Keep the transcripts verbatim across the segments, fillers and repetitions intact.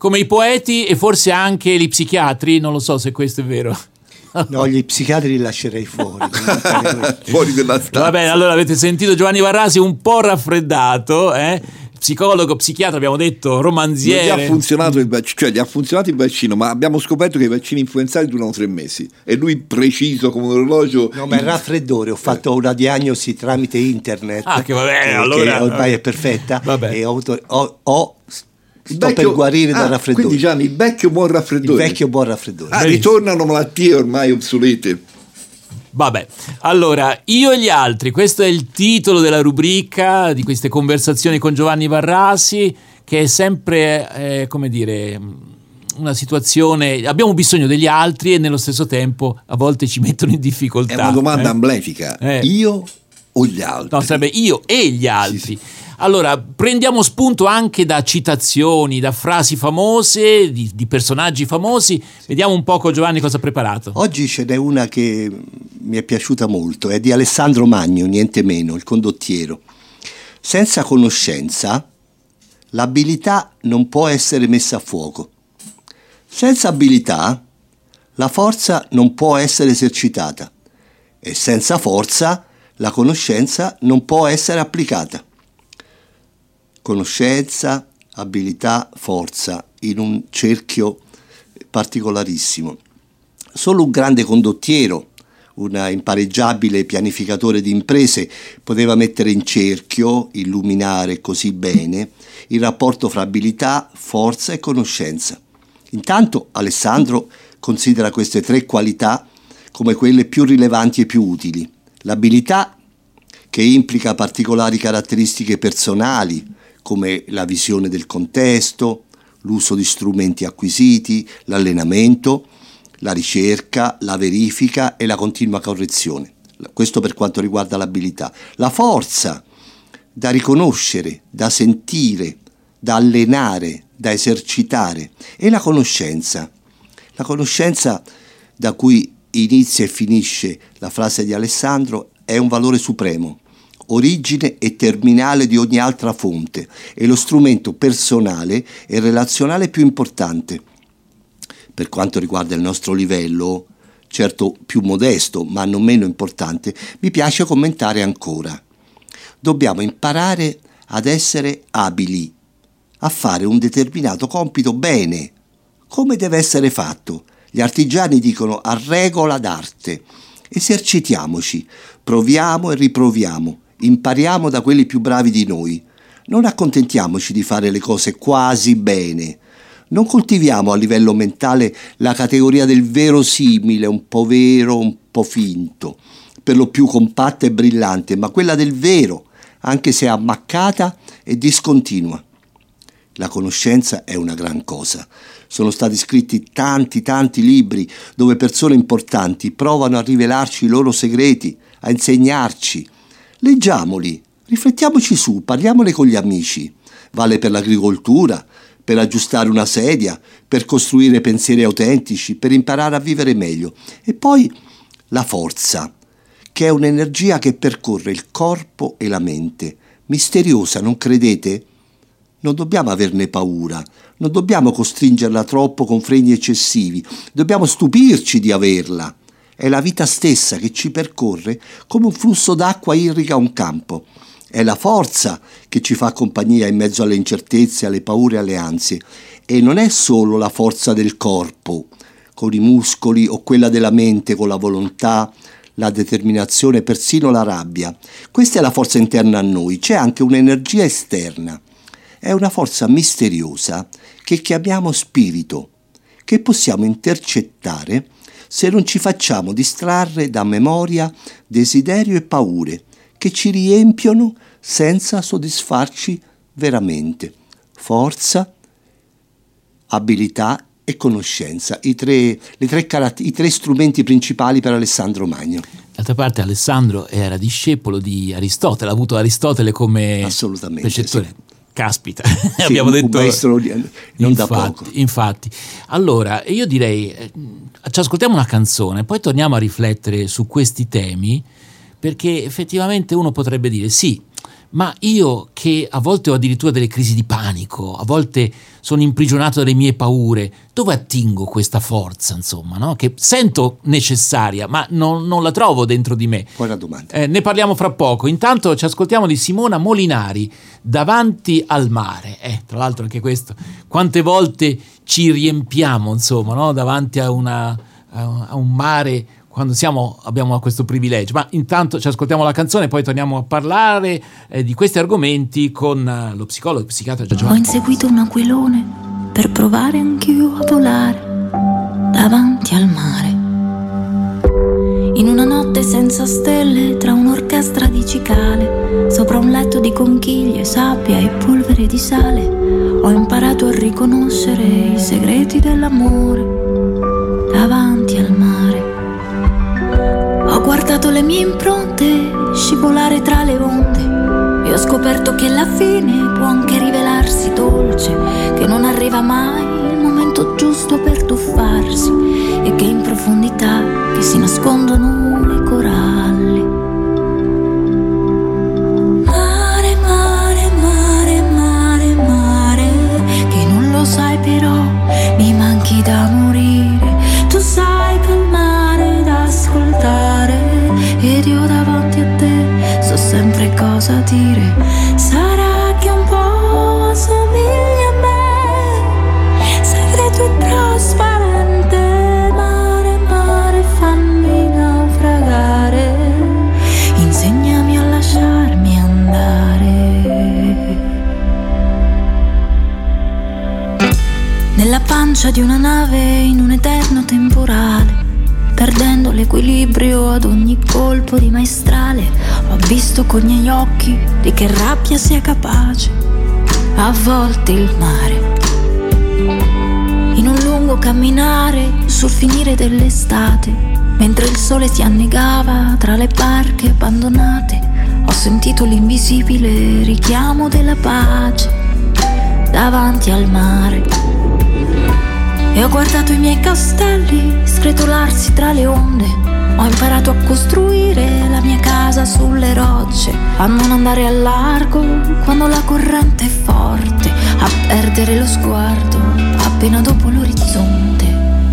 come i poeti e forse anche gli psichiatri, non lo so se questo è vero. No, gli psichiatri li lascerei fuori. Fuori della stanza. Va bene, allora avete sentito Giovanni Varrasi un po' raffreddato, eh? Psicologo, psichiatra, abbiamo detto, romanziere. Non gli ha funzionato il vaccino, cioè gli ha funzionato il vaccino, ma abbiamo scoperto che i vaccini influenzali durano tre mesi e lui preciso come un orologio. No, ma il raffreddore, ho fatto una diagnosi tramite internet. Ah, che va bene, che allora ormai è perfetta. Vabbè. E ho, avuto- ho, ho sto Vecchio- per guarire ah, dal raffreddore. Quindi Gianni, il vecchio buon Il raffreddore. vecchio buon raffreddore. Ah, ritornano malattie ormai obsolete. Vabbè, allora, io e gli altri, questo è il titolo della rubrica di queste conversazioni con Giovanni Varrasi, che è sempre, eh, come dire, una situazione, abbiamo bisogno degli altri e nello stesso tempo a volte ci mettono in difficoltà. È una domanda eh? amblefica. Eh. Io o gli altri? No, sarebbe io e gli altri. Sì, sì. Allora, prendiamo spunto anche da citazioni, da frasi famose, di, di personaggi famosi. Vediamo un poco, Giovanni, cosa ha preparato. Oggi ce n'è una che mi è piaciuta molto, è di Alessandro Magno, niente meno, il condottiero. Senza conoscenza, l'abilità non può essere messa a fuoco. Senza abilità, la forza non può essere esercitata. E senza forza, la conoscenza non può essere applicata. Conoscenza, abilità, forza, in un cerchio particolarissimo. Solo un grande condottiero, un impareggiabile pianificatore di imprese, poteva mettere in cerchio, illuminare così bene, il rapporto fra abilità, forza e conoscenza. Intanto Alessandro considera queste tre qualità come quelle più rilevanti e più utili. L'abilità, che implica particolari caratteristiche personali, come la visione del contesto, l'uso di strumenti acquisiti, l'allenamento, la ricerca, la verifica e la continua correzione. Questo per quanto riguarda l'abilità. La forza, da riconoscere, da sentire, da allenare, da esercitare, e la conoscenza. La conoscenza da cui inizia e finisce la frase di Alessandro è un valore supremo, origine e terminale di ogni altra fonte, è lo strumento personale e relazionale più importante. Per quanto riguarda il nostro livello, certo più modesto ma non meno importante, mi piace commentare ancora. Dobbiamo imparare ad essere abili, a fare un determinato compito bene, come deve essere fatto. Gli artigiani dicono a regola d'arte. Esercitiamoci, proviamo e riproviamo. Impariamo da quelli più bravi di noi. Non accontentiamoci di fare le cose quasi bene. Non coltiviamo a livello mentale la categoria del verosimile, un po' vero, un po' finto, per lo più compatta e brillante, ma quella del vero, anche se ammaccata e discontinua. La conoscenza è una gran cosa. Sono stati scritti tanti, tanti libri dove persone importanti provano a rivelarci i loro segreti, a insegnarci. Leggiamoli, riflettiamoci su, parliamone con gli amici. Vale per l'agricoltura, per aggiustare una sedia, per costruire pensieri autentici, per imparare a vivere meglio. E poi la forza, che è un'energia che percorre il corpo e la mente. Misteriosa, non credete? Non dobbiamo averne paura, non dobbiamo costringerla troppo con freni eccessivi, dobbiamo stupirci di averla. È la vita stessa che ci percorre come un flusso d'acqua irriga un campo. È la forza che ci fa compagnia in mezzo alle incertezze, alle paure e alle ansie. E non è solo la forza del corpo, con i muscoli, o quella della mente, con la volontà, la determinazione, persino la rabbia. Questa è la forza interna a noi. C'è anche un'energia esterna. È una forza misteriosa che chiamiamo spirito, che possiamo intercettare se non ci facciamo distrarre da memoria, desiderio e paure che ci riempiono senza soddisfarci veramente. Forza, abilità e conoscenza, i tre, le tre carat- i tre strumenti principali per Alessandro Magno. D'altra parte Alessandro era discepolo di Aristotele, ha avuto Aristotele come Assolutamente, precettore. sì. Caspita, Sì, abbiamo un, detto un maestro di- non infatti, da poco. Infatti, allora io direi eh, ci ascoltiamo una canzone, poi torniamo a riflettere su questi temi, perché effettivamente uno potrebbe dire sì, ma io che a volte ho addirittura delle crisi di panico, a volte sono imprigionato dalle mie paure, dove attingo questa forza, insomma, no? Che sento necessaria, ma non, non la trovo dentro di me? Buona domanda. Eh, ne parliamo fra poco. Intanto ci ascoltiamo di Simona Molinari, Davanti al mare. Eh, tra l'altro anche questo, quante volte ci riempiamo, insomma, no? Davanti a, una, a un mare, quando siamo, abbiamo questo privilegio. Ma intanto ci ascoltiamo la canzone e poi torniamo a parlare eh, di questi argomenti con uh, lo psicologo e psichiatra Giovanni. Ho inseguito un aquilone per provare anch'io a volare davanti al mare. In una notte senza stelle, tra un'orchestra di cicale, sopra un letto di conchiglie, sabbia e polvere di sale, ho imparato a riconoscere i segreti dell'amore davanti al mare. Ho guardato le mie impronte scivolare tra le onde e ho scoperto che la fine può anche rivelarsi dolce, che non arriva mai il momento giusto per tuffarsi e che in profondità vi si nascondono i coralli. Mare, mare, mare, mare, mare, che non lo sai però mi manchi da morire. Tu sai calmare ed ascoltare ed io davanti a te so sempre cosa dire. Sarà che un po' assomigli a me, segreto e trasparente. Mare, mare, fammi naufragare, insegnami a lasciarmi andare. Nella pancia di una nave in un eterno temporale, perdendo l'equilibrio ad ogni colpo di maestrale, ho visto con i miei occhi di che rabbia sia capace a volte il mare. In un lungo camminare sul finire dell'estate, mentre il sole si annegava tra le barche abbandonate, ho sentito l'invisibile richiamo della pace davanti al mare. E ho guardato i miei castelli scretolarsi tra le onde. Ho imparato a costruire la mia casa sulle rocce, a non andare al largo quando la corrente è forte, a perdere lo sguardo appena dopo l'orizzonte.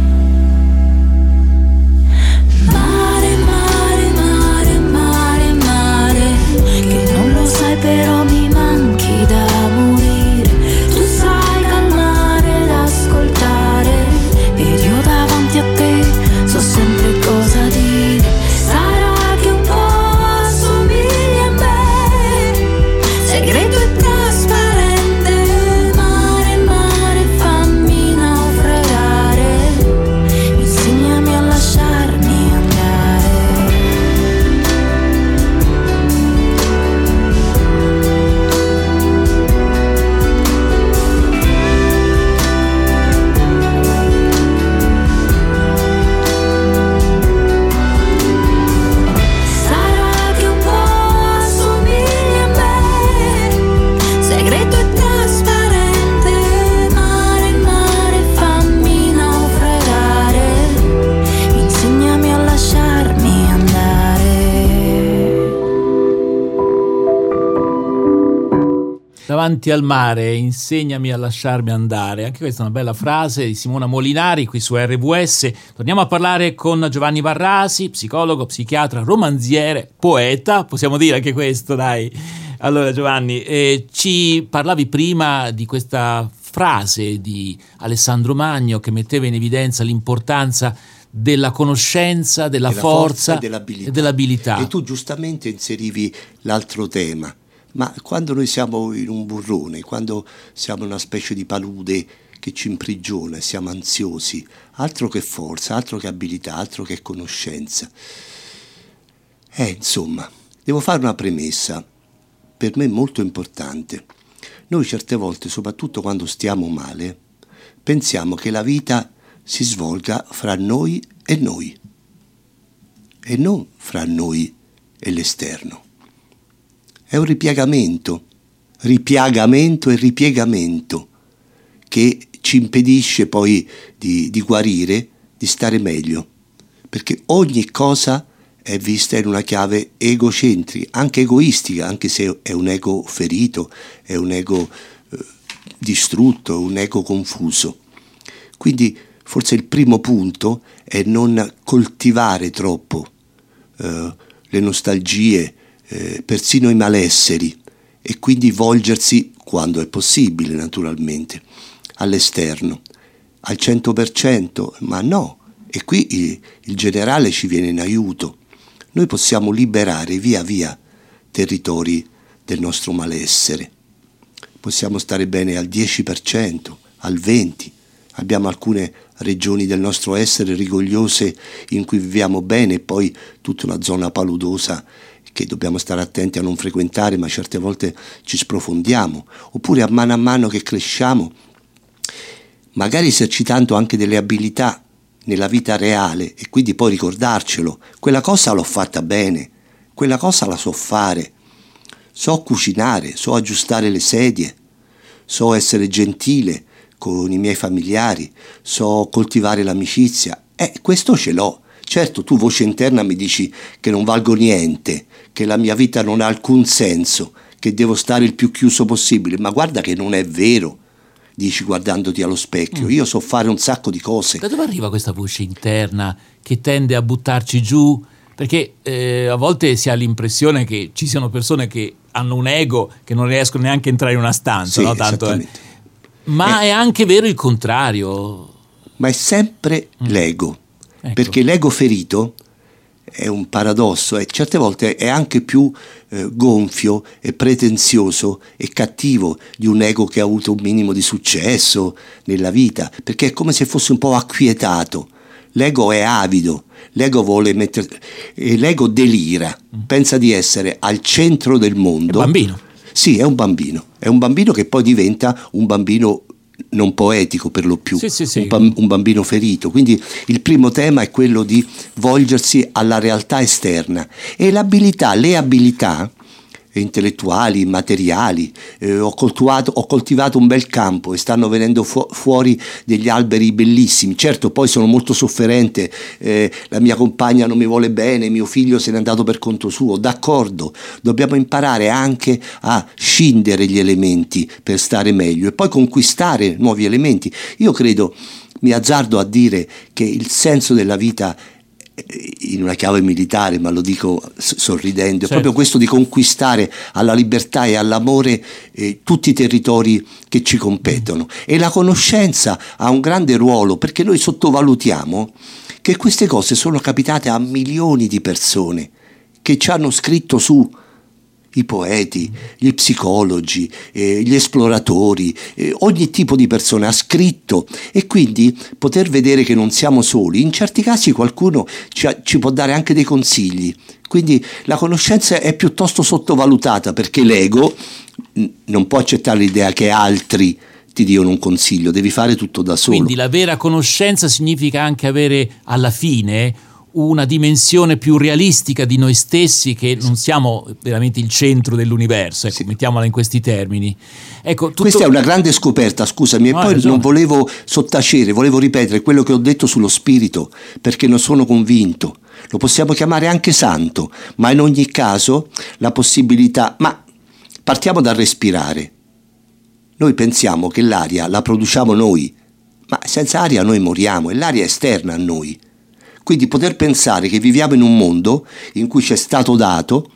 Mare, mare, mare, mare, mare, che non lo sai però mi manchi da morire. Tu sai calmare ed ascoltare ed io davanti a te so sempre cosa dire. Sarà che un po' assomigli a me, segreto e trasparente. Mare, mare, fammi naufragare, insegnami a lasciarmi andare. Sarà che un po' assomigli a me, segreto e trasparente. Mare, mare, fammi naufragare, insegnami a lasciarmi andare. Davanti al mare, insegnami a lasciarmi andare. Anche questa è una bella frase di Simona Molinari qui su R W S. Torniamo a parlare con Giovanni Varrasi, psicologo, psichiatra, romanziere, poeta, possiamo dire anche questo, dai. Allora Giovanni, eh, ci parlavi prima di questa frase di Alessandro Magno che metteva in evidenza l'importanza della conoscenza, della, Della forza, forza e dell'abilità. e dell'abilità. E tu giustamente inserivi l'altro tema. Ma quando noi siamo in un burrone, quando siamo in una specie di palude che ci imprigiona e siamo ansiosi, altro che forza, altro che abilità, altro che conoscenza. Eh, insomma, devo fare una premessa, per me molto importante. Noi certe volte, soprattutto quando stiamo male, pensiamo che la vita si svolga fra noi e noi, e non fra noi e l'esterno. È un ripiegamento, ripiagamento e ripiegamento che ci impedisce poi di, di guarire, di stare meglio, perché ogni cosa è vista in una chiave egocentrica, anche egoistica, anche se è un ego ferito, è un ego eh, distrutto, un ego confuso. Quindi forse il primo punto è non coltivare troppo eh, le nostalgie, eh, persino i malesseri, e quindi volgersi, quando è possibile naturalmente, all'esterno, al cento per cento, ma no. E qui il, il generale ci viene in aiuto. Noi possiamo liberare via via territori del nostro malessere. Possiamo stare bene al dieci per cento, al venti per cento. Abbiamo alcune regioni del nostro essere rigogliose in cui viviamo bene, e poi tutta una zona paludosa che dobbiamo stare attenti a non frequentare, ma certe volte ci sprofondiamo. Oppure a mano a mano che cresciamo, magari esercitando anche delle abilità nella vita reale, e quindi poi ricordarcelo: quella cosa l'ho fatta bene, quella cosa la so fare, so cucinare, so aggiustare le sedie, so essere gentile con i miei familiari, so coltivare l'amicizia. Eh, questo ce l'ho. Certo, tu voce interna mi dici che non valgo niente, che la mia vita non ha alcun senso, che devo stare il più chiuso possibile, ma guarda che non è vero. Dici guardandoti allo specchio, io so fare un sacco di cose. Da dove arriva questa voce interna che tende a buttarci giù? Perché eh, a volte si ha l'impressione che ci siano persone che hanno un ego che non riescono neanche a entrare in una stanza, sì, no? Tanto, eh. Ma eh, è anche vero il contrario. Ma è sempre mm. l'ego, ecco. Perché l'ego ferito è un paradosso, e certe volte è anche più eh, gonfio e pretenzioso e cattivo di un ego che ha avuto un minimo di successo nella vita, perché è come se fosse un po' acquietato. L'ego è avido, l'ego vuole mettere, e l'ego delira, pensa di essere al centro del mondo. È un bambino. Sì, è un bambino, è un bambino che poi diventa un bambino non poetico per lo più, sì, sì, sì. Un, bam- un bambino ferito. Quindi il primo tema è quello di volgersi alla realtà esterna, e l'abilità, le abilità intellettuali, materiali, eh, ho, coltivato, ho coltivato un bel campo e stanno venendo fu- fuori degli alberi bellissimi. Certo, poi sono molto sofferente, eh, la mia compagna non mi vuole bene, mio figlio se n'è andato per conto suo, d'accordo, dobbiamo imparare anche a scindere gli elementi per stare meglio e poi conquistare nuovi elementi. Io credo, mi azzardo a dire che il senso della vita, in una chiave militare, ma lo dico sorridendo, certo, è proprio questo di conquistare alla libertà e all'amore eh, tutti i territori che ci competono. E la conoscenza ha un grande ruolo, perché noi sottovalutiamo che queste cose sono capitate a milioni di persone che ci hanno scritto su. I poeti, gli psicologi, eh, gli esploratori, eh, ogni tipo di persona ha scritto, e quindi poter vedere che non siamo soli, in certi casi qualcuno ci, ha, ci può dare anche dei consigli. Quindi la conoscenza è piuttosto sottovalutata, perché l'ego n- non può accettare l'idea che altri ti diano un consiglio, devi fare tutto da solo. Quindi la vera conoscenza significa anche avere alla fine una dimensione più realistica di noi stessi, che non siamo veramente il centro dell'universo, ecco, sì, mettiamola in questi termini. Ecco, tutto... Questa è una grande scoperta, scusami, e no, poi non volevo sottacere, volevo ripetere quello che ho detto sullo spirito, perché non sono convinto. Lo possiamo chiamare anche santo, ma in ogni caso la possibilità... Ma partiamo dal respirare. Noi pensiamo che l'aria la produciamo noi, ma senza aria noi moriamo, e l'aria è esterna a noi. Quindi poter pensare che viviamo in un mondo in cui ci è stato dato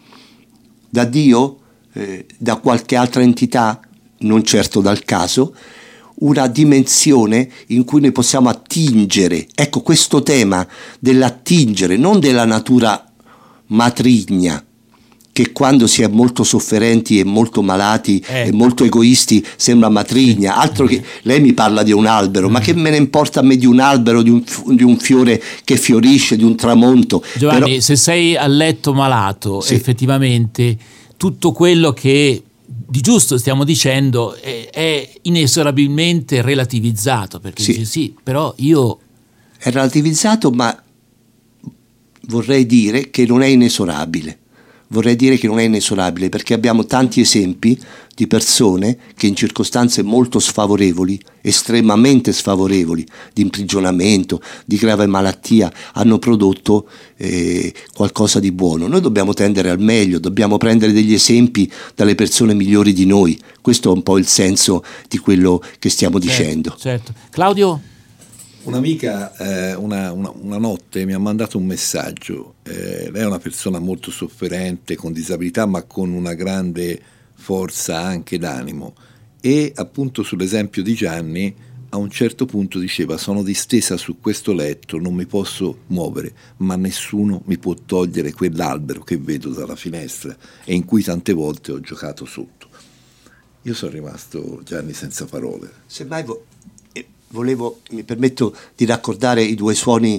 da Dio, eh, da qualche altra entità, non certo dal caso, una dimensione in cui noi possiamo attingere. Ecco, questo tema dell'attingere, non della natura matrigna, che quando si è molto sofferenti e molto malati eh. e molto egoisti sembra matrigna, altro che lei mi parla di un albero, ma che me ne importa a me di un albero, di un, di un fiore che fiorisce, di un tramonto. Giovanni, Però... se sei a letto malato, sì, effettivamente tutto quello che di giusto stiamo dicendo è, è inesorabilmente relativizzato, perché sì, dici, sì, però io... È relativizzato, ma vorrei dire che non è inesorabile. vorrei dire che non è inesorabile, perché abbiamo tanti esempi di persone che in circostanze molto sfavorevoli, estremamente sfavorevoli, di imprigionamento, di grave malattia, hanno prodotto eh, qualcosa di buono. Noi dobbiamo tendere al meglio, dobbiamo prendere degli esempi dalle persone migliori di noi. Questo è un po' il senso di quello che stiamo certo, dicendo. Certo. Claudio? Un'amica eh, una, una, una notte mi ha mandato un messaggio. Eh, lei è una persona molto sofferente, con disabilità, ma con una grande forza anche d'animo, e appunto sull'esempio di Gianni a un certo punto diceva: sono distesa su questo letto, non mi posso muovere, ma nessuno mi può togliere quell'albero che vedo dalla finestra e in cui tante volte ho giocato sotto. Io sono rimasto, Gianni, senza parole. Semmai vo- eh, volevo, mi permetto di raccordare i due suoni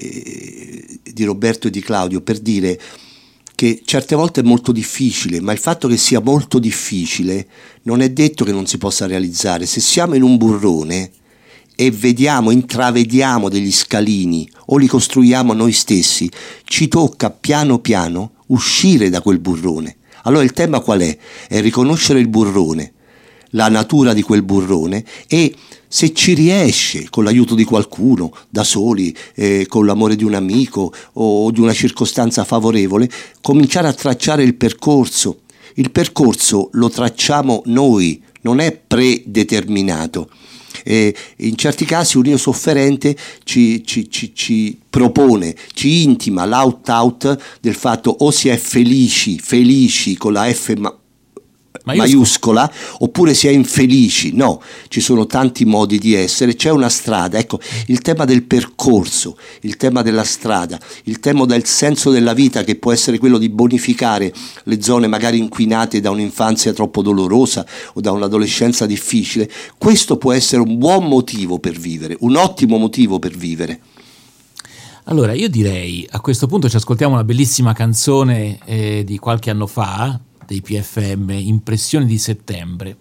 eh, di Roberto e di Claudio per dire che certe volte è molto difficile, ma il fatto che sia molto difficile non è detto che non si possa realizzare. Se siamo in un burrone e vediamo, intravediamo degli scalini o li costruiamo noi stessi, ci tocca piano piano uscire da quel burrone. Allora il tema qual è? È riconoscere il burrone, la natura di quel burrone, e se ci riesce, con l'aiuto di qualcuno, da soli, eh, con l'amore di un amico o di una circostanza favorevole, cominciare a tracciare il percorso. Il percorso lo tracciamo noi, non è predeterminato. Eh, in certi casi un io sofferente ci, ci, ci, ci propone, ci intima l'out-out del fatto o si è felici, felici con la F ma- maiuscola, oppure si è infelici. No, ci sono tanti modi di essere, c'è una strada. Ecco, il tema del percorso, il tema della strada, il tema del senso della vita, che può essere quello di bonificare le zone magari inquinate da un'infanzia troppo dolorosa o da un'adolescenza difficile. Questo può essere un buon motivo per vivere, un ottimo motivo per vivere. Allora, io direi, a questo punto ci ascoltiamo una bellissima canzone eh, di qualche anno fa, dei P F M, Impressioni di settembre.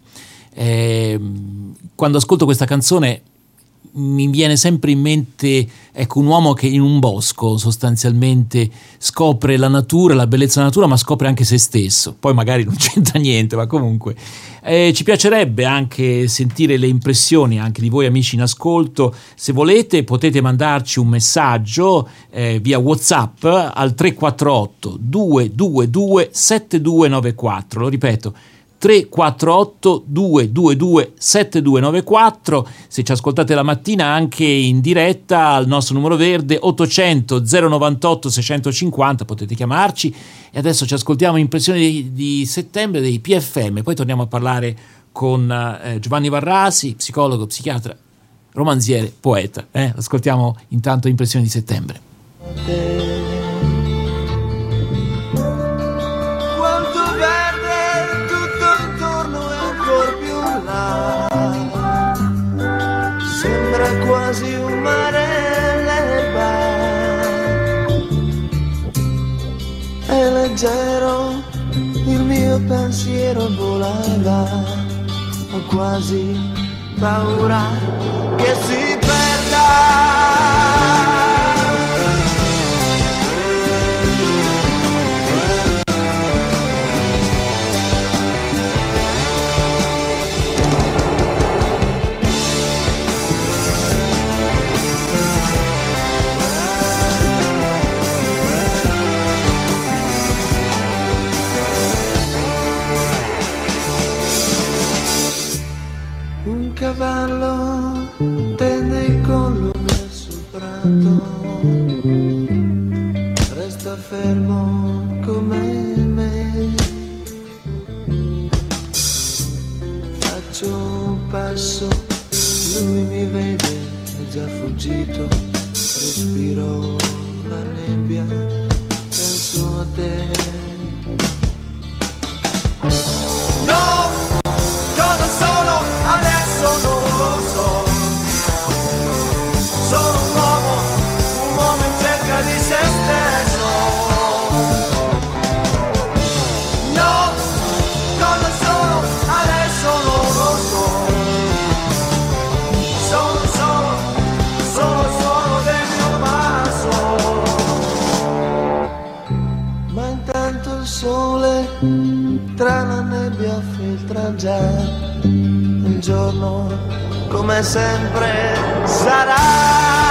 Eh, quando ascolto questa canzone mi viene sempre in mente, ecco, un uomo che in un bosco sostanzialmente scopre la natura, la bellezza della natura, ma scopre anche se stesso. Poi magari non c'entra niente, ma comunque eh, ci piacerebbe anche sentire le impressioni anche di voi amici in ascolto. Se volete potete mandarci un messaggio eh, via WhatsApp al tre quattro otto due due due sette due nove quattro. Lo ripeto, tre quattro otto due due due sette due nove quattro. Se ci ascoltate la mattina anche in diretta al nostro numero verde ottocento zero novantotto seicentocinquanta potete chiamarci. E adesso ci ascoltiamo Impressioni di, di settembre dei P F M, poi torniamo a parlare con eh, Giovanni Varrasi, psicologo, psichiatra, romanziere, poeta. Eh? Ascoltiamo intanto Impressioni di settembre. Sembra quasi un mare l'erba, è leggero, il mio pensiero volava, ho quasi paura che si perda. Un cavallo tende il collo verso il prato, resta fermo come me. Faccio un passo, lui mi vede, è già fuggito. Respiro la nebbia, penso a te. No, cosa sono adesso non lo so. Sono un uomo, un uomo in cerca di se stesso. No, cosa sono adesso non lo so. Sono solo, sono solo del mio vaso. Ma intanto tra la nebbia filtra già, un giorno come sempre sarà.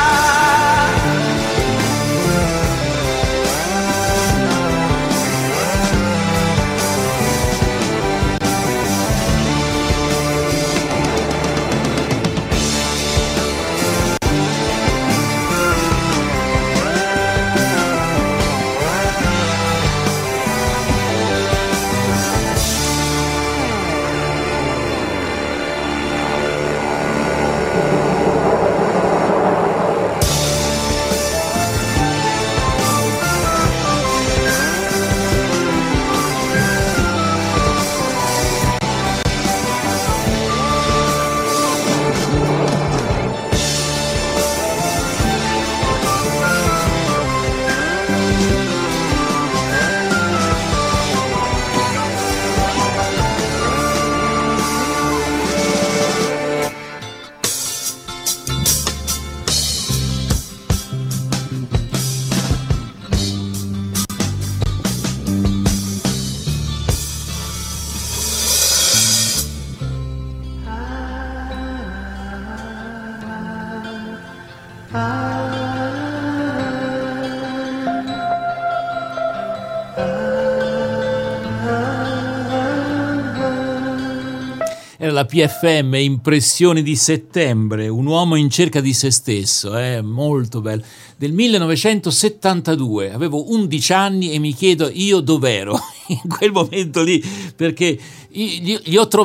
La P F M, Impressioni di settembre, un uomo in cerca di se stesso, è eh? molto bello, del millenovecentosettantadue. Avevo undici anni e mi chiedo io dov'ero in quel momento lì, perché li, li ho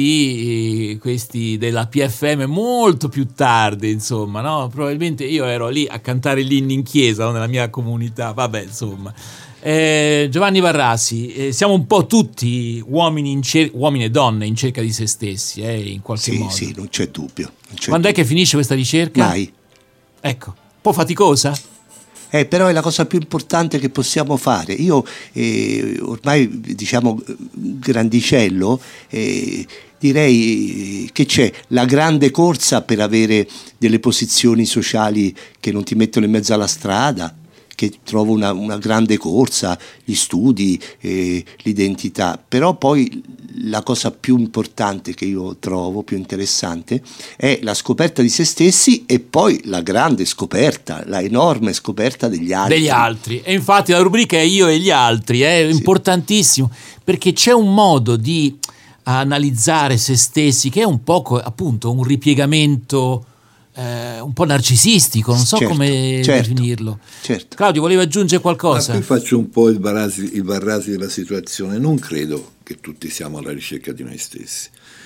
trovati questi della P F M molto più tardi, insomma, no? Probabilmente io ero lì a cantare gli inni in chiesa, no? Nella mia comunità, vabbè, insomma. Eh, Giovanni Varrasi, eh, siamo un po' tutti uomini, in cer- uomini e donne in cerca di se stessi, eh, in qualche sì, modo. Sì, non c'è dubbio. Non c'è Quando dubbio. è che finisce questa ricerca? Mai. Ecco, un po' faticosa? Eh, però è la cosa più importante che possiamo fare. Io eh, ormai, diciamo, grandicello, eh, direi che c'è la grande corsa per avere delle posizioni sociali che non ti mettono in mezzo alla strada, che trovo una, una grande corsa, gli studi, eh, l'identità, però poi la cosa più importante che io trovo, più interessante, è la scoperta di se stessi e poi la grande scoperta, la enorme scoperta degli altri. Degli altri, e infatti la rubrica è Io e gli altri, è Sì. importantissimo, perché c'è un modo di analizzare se stessi che è un poco appunto un ripiegamento Eh, un po' narcisistico, non so certo, come certo, definirlo. Certo. Claudio, volevi aggiungere qualcosa? Ma qui faccio un po' il Varrasi, il Varrasi della situazione. Non credo che tutti siamo alla ricerca di noi stessi,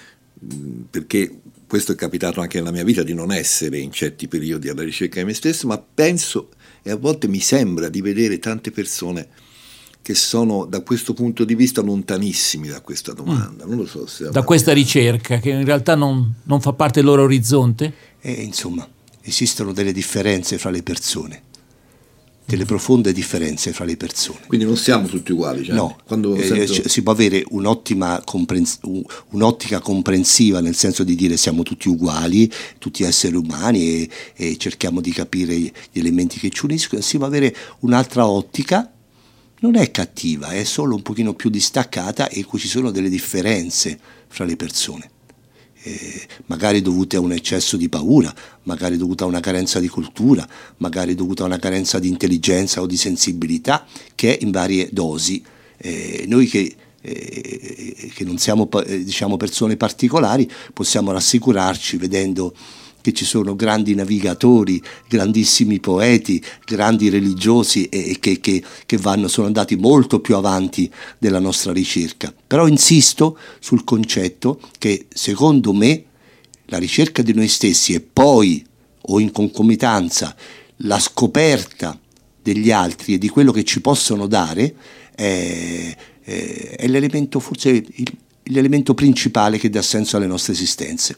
perché questo è capitato anche nella mia vita, di non essere in certi periodi alla ricerca di me stesso, ma penso e a volte mi sembra di vedere tante persone che sono da questo punto di vista lontanissimi da questa domanda. Mm. Non lo so se da questa mia... ricerca che in realtà non, non fa parte del loro orizzonte? E insomma, esistono delle differenze fra le persone, delle profonde differenze fra le persone. Quindi non siamo tutti uguali, cioè, no, quando eh, sento... si può avere un'ottima comprens- un'ottica comprensiva, nel senso di dire siamo tutti uguali, tutti esseri umani e, e cerchiamo di capire gli elementi che ci uniscono. Si può avere un'altra ottica, non è cattiva, è solo un pochino più distaccata e in cui ci sono delle differenze fra le persone. Eh, magari dovute a un eccesso di paura, magari dovuta a una carenza di cultura, magari dovuta a una carenza di intelligenza o di sensibilità, che è in varie dosi. Eh, noi che, eh, che non siamo eh, diciamo persone particolari possiamo rassicurarci vedendo che ci sono grandi navigatori, grandissimi poeti, grandi religiosi e che, che, che vanno, sono andati molto più avanti della nostra ricerca. Però insisto sul concetto che secondo me la ricerca di noi stessi e poi o in concomitanza la scoperta degli altri e di quello che ci possono dare è, è, è l'elemento, forse il, l'elemento principale che dà senso alle nostre esistenze.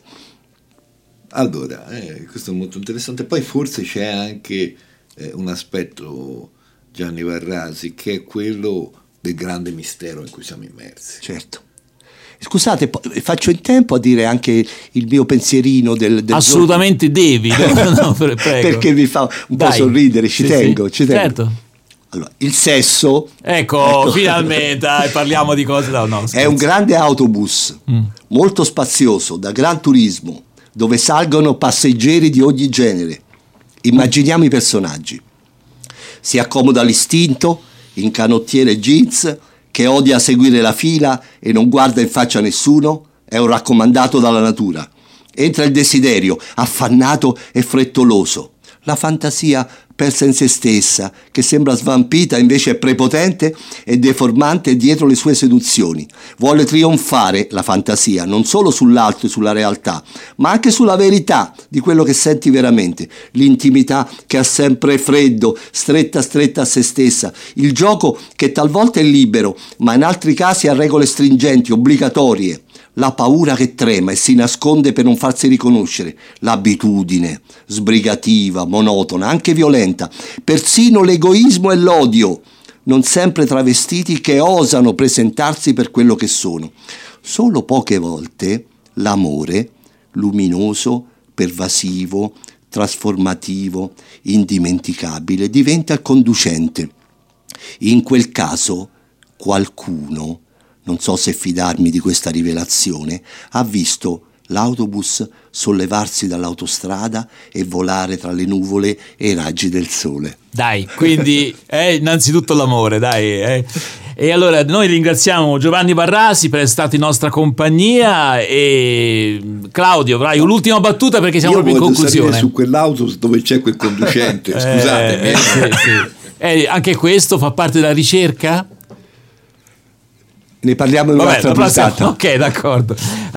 Allora, eh, questo è molto interessante. Poi forse c'è anche eh, un aspetto, Gianni Varrasi, che è quello del grande mistero in cui siamo immersi. Certo. Scusate, faccio in tempo a dire anche il mio pensierino del, del assolutamente giorno. Devi, no, no, prego. Perché mi fa un Dai. po' sorridere, ci sì, tengo, sì. ci tengo. Certo. Allora, il sesso Ecco, ecco, finalmente dai, parliamo di cose da no, è un grande autobus Mm. molto spazioso, da gran turismo, dove salgono passeggeri di ogni genere. Immaginiamo i personaggi. Si accomoda l'istinto, in canottiere jeans, che odia seguire la fila e non guarda in faccia a nessuno, è un raccomandato dalla natura. Entra il desiderio, affannato e frettoloso. La fantasia persa in se stessa, che sembra svampita, invece è prepotente e deformante dietro le sue seduzioni. Vuole trionfare la fantasia, non solo sull'altro e sulla realtà, ma anche sulla verità di quello che senti veramente. L'intimità che ha sempre freddo, stretta stretta a se stessa. Il gioco che talvolta è libero, ma in altri casi ha regole stringenti, obbligatorie. La paura che trema e si nasconde per non farsi riconoscere, l'abitudine, sbrigativa, monotona, anche violenta, persino l'egoismo e l'odio, non sempre travestiti, che osano presentarsi per quello che sono. Solo poche volte l'amore, luminoso, pervasivo, trasformativo, indimenticabile, diventa il conducente. In quel caso qualcuno, non so se fidarmi di questa rivelazione, ha visto l'autobus sollevarsi dall'autostrada e volare tra le nuvole e i raggi del sole. Dai, quindi è innanzitutto l'amore, dai. Eh. E allora noi ringraziamo Giovanni Varrasi per essere stato in nostra compagnia e Claudio, avrai un'ultima battuta perché siamo Io proprio in voglio salire conclusione. su quell'autobus dove c'è quel conducente, scusatemi. Eh, eh, sì, sì. Eh, anche questo fa parte della ricerca? Ne parliamo in Vabbè, un'altra la prossima- puntata. Ok, d'accordo.